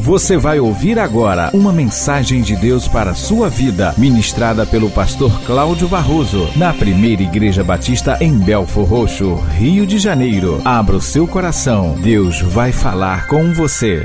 Você vai ouvir agora uma mensagem de Deus para a sua vida, ministrada pelo pastor Cláudio Barroso, na Primeira Igreja Batista em Belford Roxo, Rio de Janeiro. Abra o seu coração, Deus vai falar com você.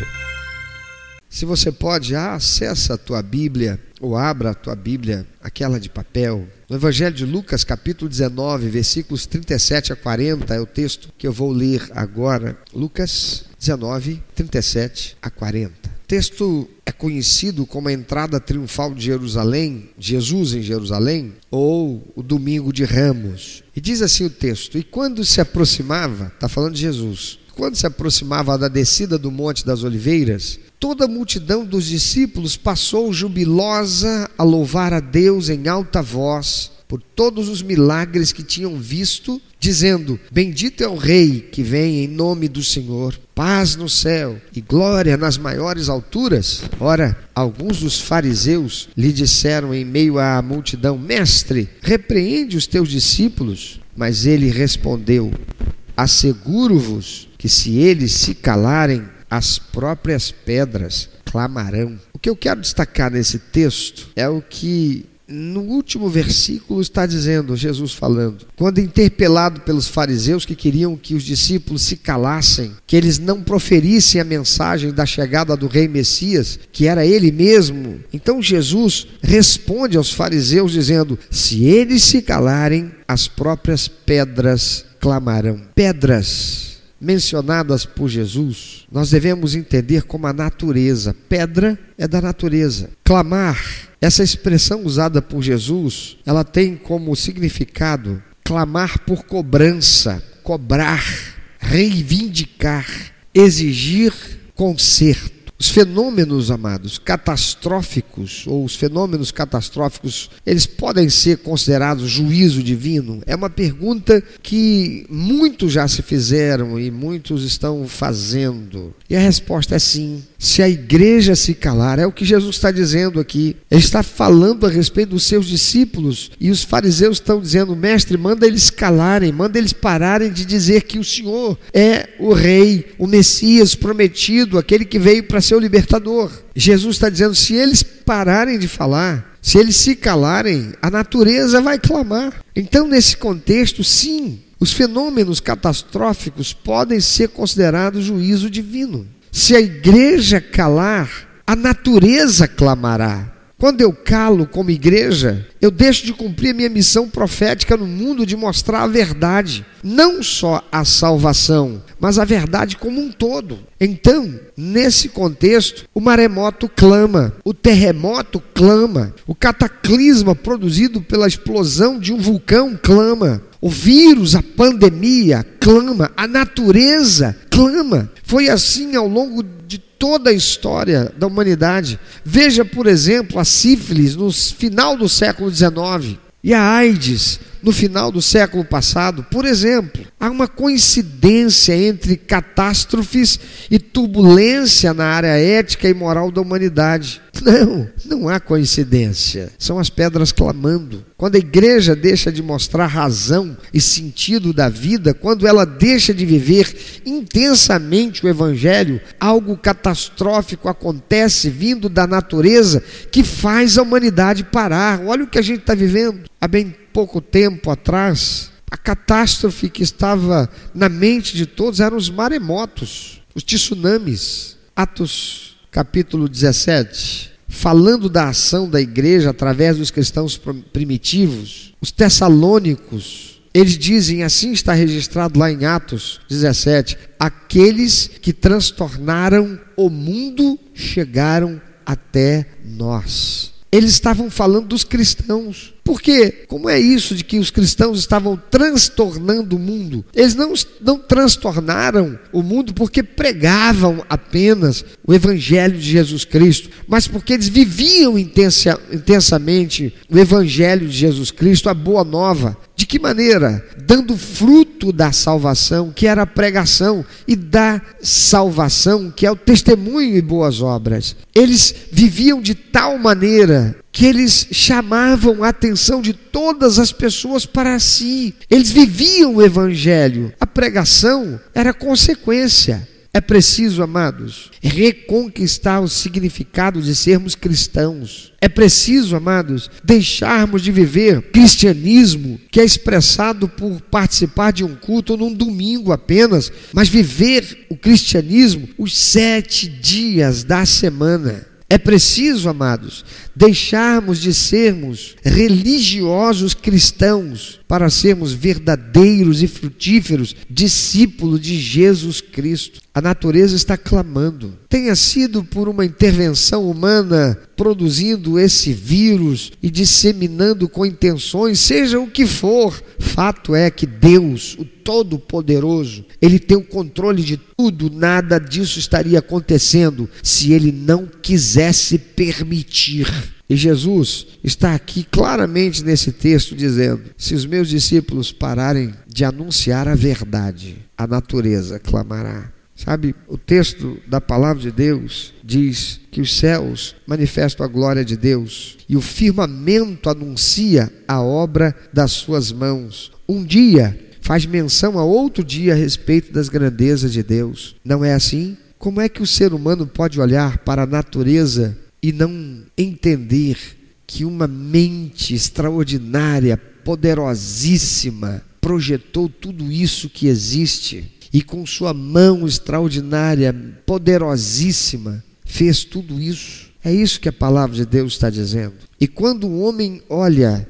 Se você pode, acessa a tua Bíblia, ou abra a tua Bíblia, aquela de papel. No Evangelho de Lucas, capítulo 19, versículos 37 a 40, é o texto que eu vou ler agora. Lucas 19, 37 a 40. O texto é conhecido como a entrada triunfal de Jerusalém, Jesus em Jerusalém, ou o Domingo de Ramos. E diz assim o texto: e quando se aproximava, está falando de Jesus, quando se aproximava da descida do Monte das Oliveiras, toda a multidão dos discípulos passou jubilosa a louvar a Deus em alta voz por todos os milagres que tinham visto, dizendo: bendito é o Rei que vem em nome do Senhor, paz no céu e glória nas maiores alturas. Ora, alguns dos fariseus lhe disseram em meio à multidão: mestre, repreende os teus discípulos. Mas ele respondeu: asseguro-vos que se eles se calarem, as próprias pedras clamarão. O que eu quero destacar nesse texto é o que no último versículo está dizendo, Jesus falando. Quando interpelado pelos fariseus que queriam que os discípulos se calassem, que eles não proferissem a mensagem da chegada do Rei Messias, que era ele mesmo, então Jesus responde aos fariseus dizendo: se eles se calarem, as próprias pedras clamarão. Pedras mencionadas por Jesus, nós devemos entender como a natureza. Pedra é da natureza. Clamar, essa expressão usada por Jesus, ela tem como significado clamar por cobrança, cobrar, reivindicar, exigir conserto. Os fenômenos, amados, catastróficos, ou os fenômenos catastróficos, eles podem ser considerados juízo divino? É uma pergunta que muitos já se fizeram e muitos estão fazendo. E a resposta é sim. Se a igreja se calar, é o que Jesus está dizendo aqui. Ele está falando a respeito dos seus discípulos e os fariseus estão dizendo: mestre, manda eles calarem, manda eles pararem de dizer que o Senhor é o Rei, o Messias prometido, aquele que veio para ser o libertador. Jesus está dizendo: se eles pararem de falar, se eles se calarem, a natureza vai clamar. Então, nesse contexto, sim, os fenômenos catastróficos podem ser considerados juízo divino. Se a igreja calar, a natureza clamará. Quando eu calo como igreja, eu deixo de cumprir a minha missão profética no mundo de mostrar a verdade. Não só a salvação, mas a verdade como um todo. Então, nesse contexto, o maremoto clama, o terremoto clama, o cataclisma produzido pela explosão de um vulcão clama, o vírus, a pandemia clama, a natureza clama. Foi assim ao longo de toda a história da humanidade. Veja, por exemplo, a sífilis no final do século XIX e a AIDS no final do século passado. Por exemplo, há uma coincidência entre catástrofes e turbulência na área ética e moral da humanidade. Não há coincidência. São as pedras clamando. Quando a igreja deixa de mostrar razão e sentido da vida, quando ela deixa de viver intensamente o evangelho, algo catastrófico acontece vindo da natureza que faz a humanidade parar. Olha o que a gente está vivendo. Há bem pouco tempo atrás, a catástrofe que estava na mente de todos eram os maremotos, os tsunamis. Atos capítulo 17, falando da ação da igreja através dos cristãos primitivos, os tessalônicos, eles dizem, assim está registrado lá em Atos 17, aqueles que transtornaram o mundo chegaram até nós. Eles estavam falando dos cristãos. Por quê? Como é isso de que os cristãos estavam transtornando o mundo? Eles não transtornaram o mundo porque pregavam apenas o Evangelho de Jesus Cristo, mas porque eles viviam intensamente o Evangelho de Jesus Cristo, a boa nova. De que maneira? Dando fruto da salvação, que era a pregação, e da salvação, que é o testemunho e boas obras. Eles viviam de tal maneira que eles chamavam a atenção de todas as pessoas para si. Eles viviam o evangelho. A pregação era consequência. É preciso, amados, reconquistar o significado de sermos cristãos. É preciso, amados, deixarmos de viver cristianismo que é expressado por participar de um culto num domingo apenas, mas viver o cristianismo os 7 dias da semana. É preciso, amados, deixarmos de sermos religiosos cristãos para sermos verdadeiros e frutíferos discípulos de Jesus Cristo. A natureza está clamando. Tenha sido por uma intervenção humana produzindo esse vírus e disseminando com intenções, seja o que for. Fato é que Deus, o Todo-Poderoso, Ele tem o controle de tudo. Nada disso estaria acontecendo se Ele não quisesse permitir. E Jesus está aqui claramente nesse texto dizendo: se os meus discípulos pararem de anunciar a verdade, a natureza clamará. Sabe, o texto da palavra de Deus diz que os céus manifestam a glória de Deus e o firmamento anuncia a obra das suas mãos. Um dia faz menção a outro dia a respeito das grandezas de Deus. Não é assim? Como é que o ser humano pode olhar para a natureza e não entender que uma mente extraordinária, poderosíssima, projetou tudo isso que existe e com sua mão extraordinária, poderosíssima, fez tudo isso? É isso que a palavra de Deus está dizendo. E quando o homem olha,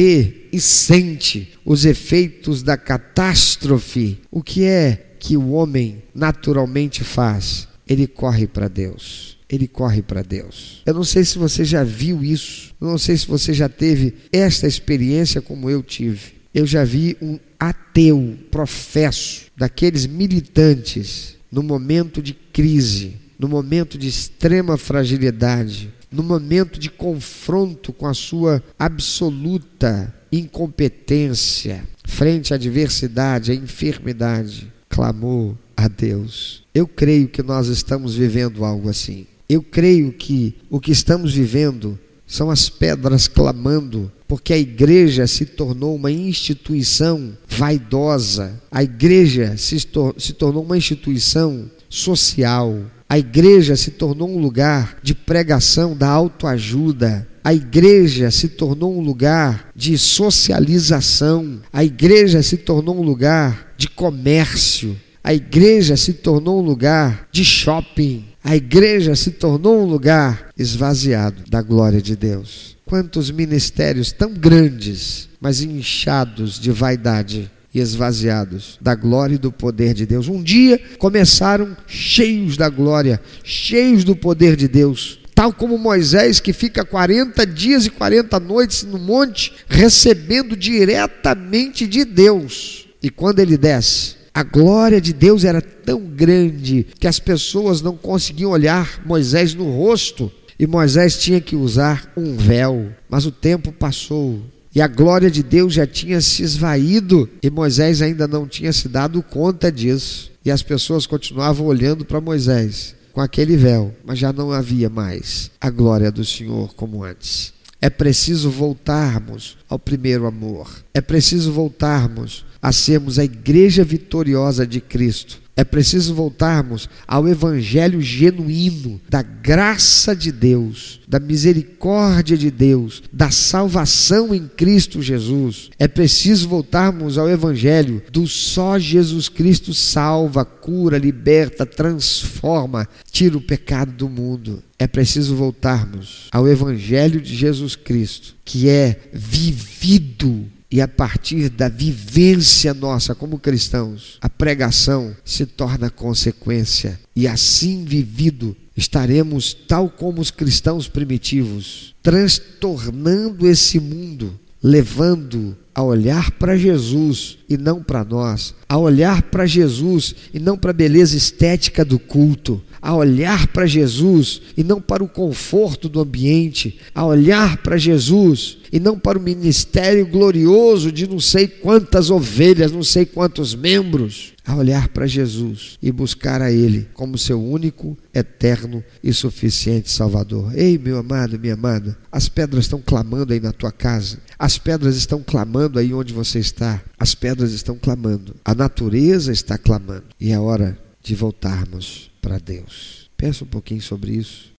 vê e sente os efeitos da catástrofe, o que é que o homem naturalmente faz? Ele corre para Deus. Ele corre para Deus. Eu não sei se você já viu isso, eu não sei se você já teve esta experiência como eu tive. Eu já vi um ateu, professo, daqueles militantes, no momento de crise, no momento de extrema fragilidade, no momento de confronto com a sua absoluta incompetência, frente à adversidade, à enfermidade, clamou a Deus. Eu creio que nós estamos vivendo algo assim. Eu creio que o que estamos vivendo são as pedras clamando, porque a igreja se tornou uma instituição vaidosa, a igreja se tornou uma instituição social, a igreja se tornou um lugar de pregação da autoajuda, a igreja se tornou um lugar de socialização, a igreja se tornou um lugar de comércio, a igreja se tornou um lugar de shopping, a igreja se tornou um lugar esvaziado da glória de Deus. Quantos ministérios tão grandes, mas inchados de vaidade e esvaziados da glória e do poder de Deus. Um dia começaram cheios da glória, cheios do poder de Deus, tal como Moisés, que fica 40 dias e 40 noites no monte, recebendo diretamente de Deus. E quando ele desce, a glória de Deus era tão grande que as pessoas não conseguiam olhar Moisés no rosto, e Moisés tinha que usar um véu. Mas o tempo passou e a glória de Deus já tinha se esvaído e Moisés ainda não tinha se dado conta disso, e as pessoas continuavam olhando para Moisés com aquele véu, mas já não havia mais a glória do Senhor como antes. É preciso voltarmos ao primeiro amor. É preciso voltarmos a sermos a igreja vitoriosa de Cristo. É preciso voltarmos ao evangelho genuíno da graça de Deus, da misericórdia de Deus, da salvação em Cristo Jesus. É preciso voltarmos ao evangelho do só Jesus Cristo salva, cura, liberta, transforma, tira o pecado do mundo. É preciso voltarmos ao evangelho de Jesus Cristo, que é vivido. E a partir da vivência nossa como cristãos, a pregação se torna consequência. E assim vivido, estaremos tal como os cristãos primitivos, transtornando esse mundo, levando a olhar para Jesus e não para nós, a olhar para Jesus e não para a beleza estética do culto, a olhar para Jesus e não para o conforto do ambiente, a olhar para Jesus e não para o ministério glorioso de não sei quantas ovelhas, não sei quantos membros, a olhar para Jesus e buscar a Ele como seu único, eterno e suficiente Salvador. Ei, meu amado, minha amada, as pedras estão clamando aí na tua casa, as pedras estão clamando aí onde você está, as pedras estão clamando, a natureza está clamando, e é hora de voltarmos para Deus. Pensa um pouquinho sobre isso.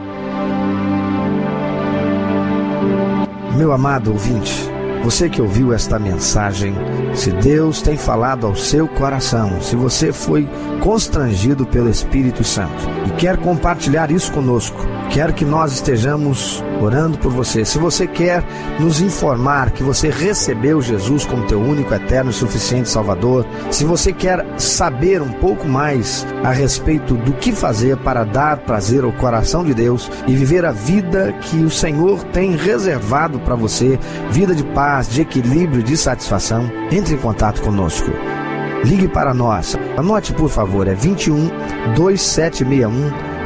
Meu amado ouvinte, você que ouviu esta mensagem, se Deus tem falado ao seu coração, se você foi constrangido pelo Espírito Santo e quer compartilhar isso conosco, quer que nós estejamos orando por você, se você quer nos informar que você recebeu Jesus como teu único, eterno e suficiente Salvador, se você quer saber um pouco mais a respeito do que fazer para dar prazer ao coração de Deus e viver a vida que o Senhor tem reservado para você, vida de paz, de equilíbrio, de satisfação, entre em contato conosco. Ligue para nós. Anote, por favor, é 21 2761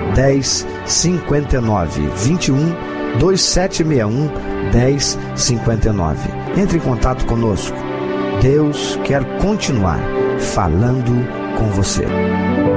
1059. 21 2761 1059. Entre em contato conosco. Deus quer continuar falando com você.